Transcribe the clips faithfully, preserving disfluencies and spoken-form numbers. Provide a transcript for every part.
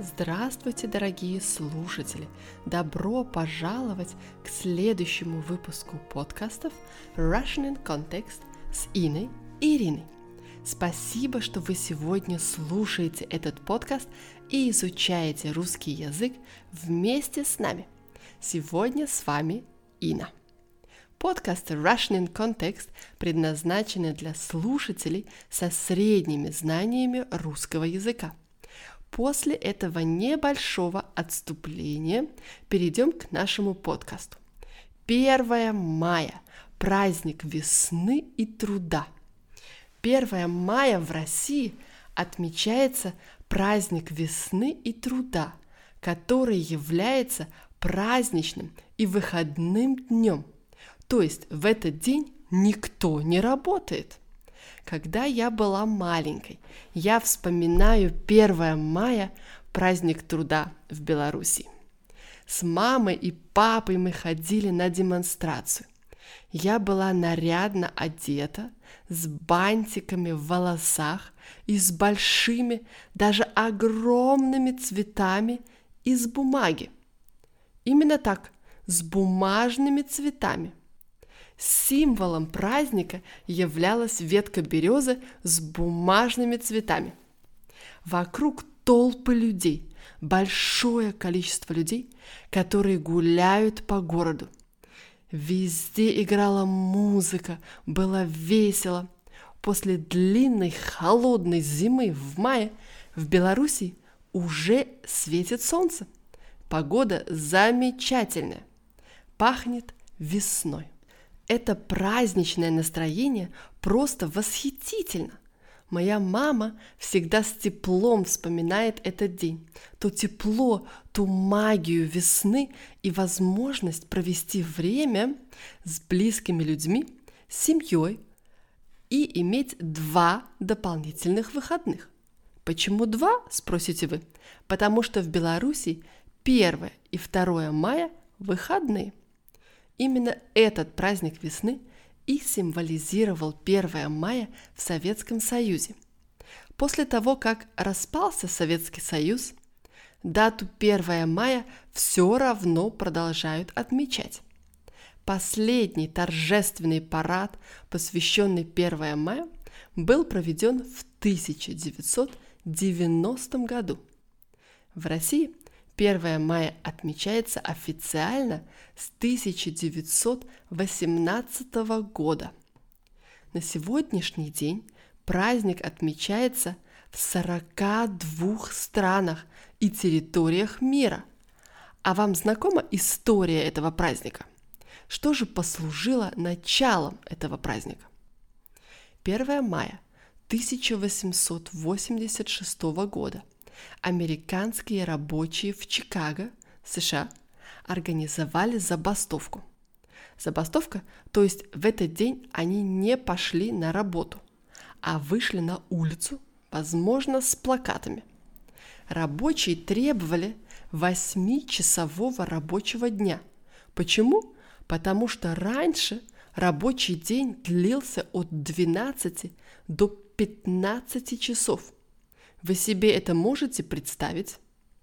Здравствуйте, дорогие слушатели! Добро пожаловать к следующему выпуску подкастов Russian in Context с Иной и Ириной. Спасибо, что вы сегодня слушаете этот подкаст и изучаете русский язык вместе с нами. Сегодня с вами Ина. Подкасты Russian in Context предназначены для слушателей со средними знаниями русского языка. После этого небольшого отступления перейдем к нашему подкасту. первое мая – праздник весны и труда. первое мая в России отмечается праздник весны и труда, который является праздничным и выходным днем. То есть в этот день никто не работает. Когда я была маленькой, я вспоминаю первое мая, праздник труда в Беларуси. С мамой и папой мы ходили на демонстрацию. Я была нарядно одета, с бантиками в волосах и с большими, даже огромными цветами из бумаги. Именно так, с бумажными цветами. Символом праздника являлась ветка березы с бумажными цветами. Вокруг толпы людей, большое количество людей, которые гуляют по городу. Везде играла музыка, было весело. После длинной холодной зимы в мае в Беларуси уже светит солнце. Погода замечательная, пахнет весной. Это праздничное настроение просто восхитительно. Моя мама всегда с теплом вспоминает этот день. То тепло, ту магию весны и возможность провести время с близкими людьми, с семьей и иметь два дополнительных выходных. Почему два, спросите вы? Потому что в Беларуси первое и второе мая выходные. Именно этот праздник весны и символизировал первое мая в Советском Союзе. После того, как распался Советский Союз, дату первое мая все равно продолжают отмечать. Последний торжественный парад, посвященный первое мая, был проведен в тысяча девятьсот девяностом году. В России первое мая отмечается официально с тысяча девятьсот восемнадцатого года. На сегодняшний день праздник отмечается в сорока двух странах и территориях мира. А вам знакома история этого праздника? Что же послужило началом этого праздника? первое мая тысяча восемьсот восемьдесят шестого года американские рабочие в Чикаго, США, организовали забастовку. Забастовка, то есть в этот день они не пошли на работу, а вышли на улицу, возможно, с плакатами. Рабочие требовали восьмичасового рабочего дня. Почему? Потому что раньше рабочий день длился от двенадцати до пятнадцати часов. Вы себе это можете представить?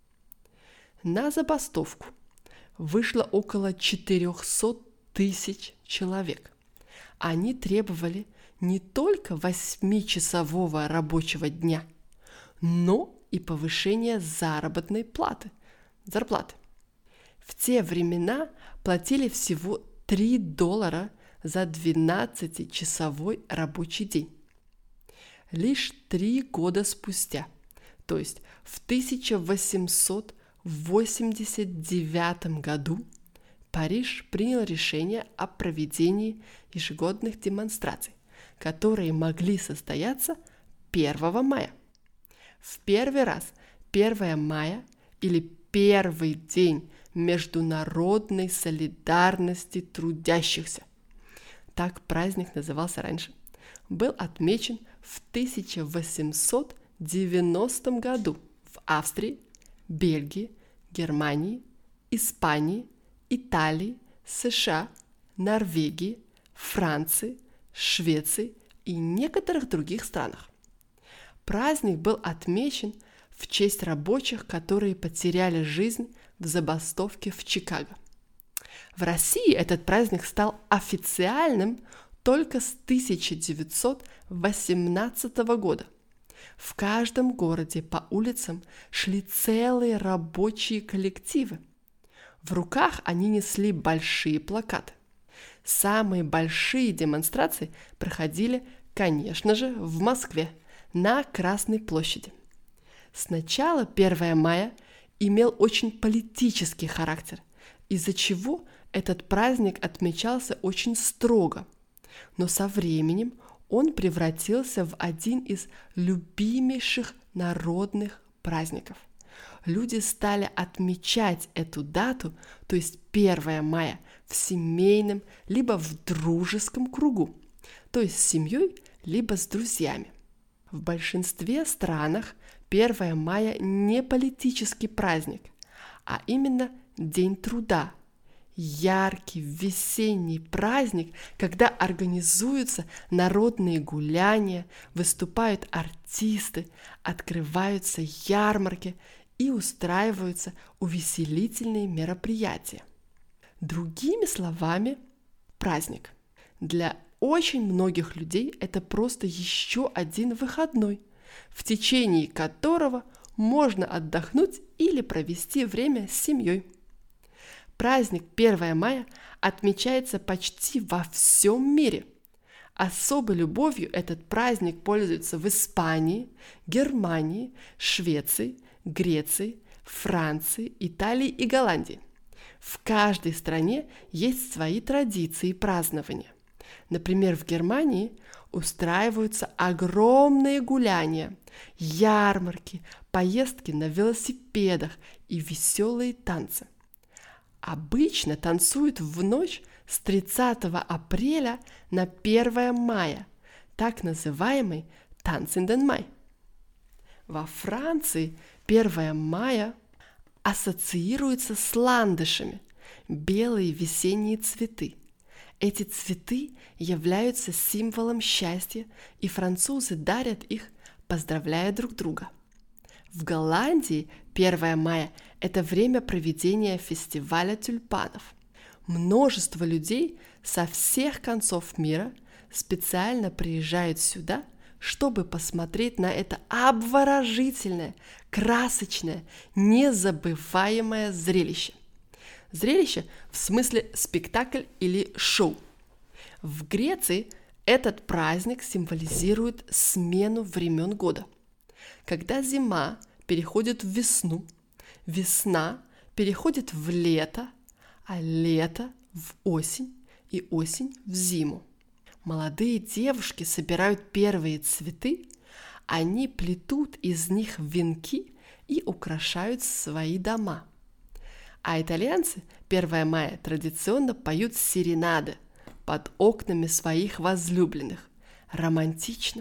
На забастовку вышло около четыреста тысяч человек. Они требовали не только восьмичасового рабочего дня, но и повышения заработной платы, зарплаты. В те времена платили всего три доллара за двенадцатичасовой рабочий день. Лишь три года спустя, то есть в тысяча восемьсот восемьдесят девятом году, Париж принял решение о проведении ежегодных демонстраций, которые могли состояться первого мая. В первый раз первое мая или первый день международной солидарности трудящихся, так праздник назывался раньше, был отмечен в тысяча восемьсот девяностом году в Австрии, Бельгии, Германии, Испании, Италии, США, Норвегии, Франции, Швеции и некоторых других странах. Праздник был отмечен в честь рабочих, которые потеряли жизнь в забастовке в Чикаго. В России этот праздник стал официальным только с тысяча девятьсот восемнадцатого года. В каждом городе по улицам шли целые рабочие коллективы. В руках они несли большие плакаты. Самые большие демонстрации проходили, конечно же, в Москве, на Красной площади. Сначала первое мая имел очень политический характер, из-за чего этот праздник отмечался очень строго. Но со временем он превратился в один из любимейших народных праздников. Люди стали отмечать эту дату, то есть первое мая, в семейном либо в дружеском кругу, то есть с семьей либо с друзьями. В большинстве странах первое мая не политический праздник, а именно День труда. Яркий весенний праздник, когда организуются народные гуляния, выступают артисты, открываются ярмарки и устраиваются увеселительные мероприятия. Другими словами, праздник. Для очень многих людей это просто еще один выходной, в течение которого можно отдохнуть или провести время с семьей. Праздник первое мая отмечается почти во всем мире. Особой любовью этот праздник пользуется в Испании, Германии, Швеции, Греции, Франции, Италии и Голландии. В каждой стране есть свои традиции празднования. Например, в Германии устраиваются огромные гуляния, ярмарки, поездки на велосипедах и веселые танцы. Обычно танцуют в ночь с тридцатого апреля на первое мая, так называемый Tanz in den Mai. Во Франции первое мая ассоциируется с ландышами, белые весенние цветы. Эти цветы являются символом счастья, и французы дарят их, поздравляя друг друга. В Голландии первое мая – это время проведения фестиваля тюльпанов. Множество людей со всех концов мира специально приезжают сюда, чтобы посмотреть на это обворожительное, красочное, незабываемое зрелище. Зрелище в смысле спектакль или шоу. В Греции этот праздник символизирует смену времен года. Когда зима переходит в весну, весна переходит в лето, а лето в осень и осень в зиму. Молодые девушки собирают первые цветы, они плетут из них венки и украшают свои дома. А итальянцы первое мая традиционно поют серенады под окнами своих возлюбленных. Романтично.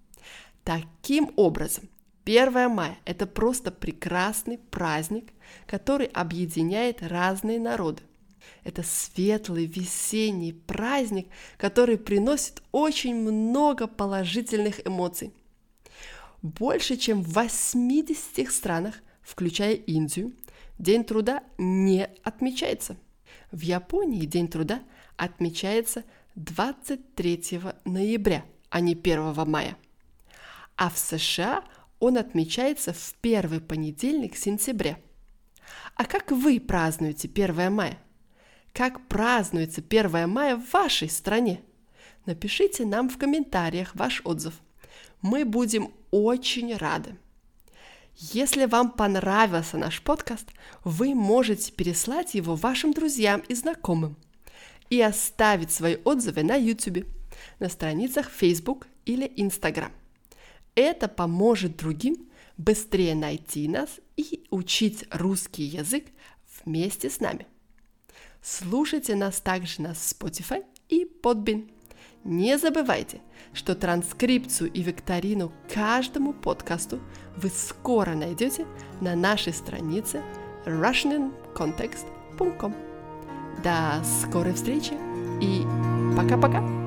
Таким образом, первое мая – это просто прекрасный праздник, который объединяет разные народы. Это светлый весенний праздник, который приносит очень много положительных эмоций. Больше чем в восьмидесяти странах, включая Индию, День труда не отмечается. В Японии День труда отмечается двадцать третьего ноября, а не первого мая. А в США он отмечается в первый понедельник сентября. А как вы празднуете первое мая? Как празднуется первое мая в вашей стране? Напишите нам в комментариях ваш отзыв. Мы будем очень рады. Если вам понравился наш подкаст, вы можете переслать его вашим друзьям и знакомым и оставить свои отзывы на YouTube, на страницах Facebook или Instagram. Это поможет другим быстрее найти нас и учить русский язык вместе с нами. Слушайте нас также на Spotify и Podbean. Не забывайте, что транскрипцию и викторину к каждому подкасту вы скоро найдете на нашей странице russian context точка com. До скорой встречи и пока-пока!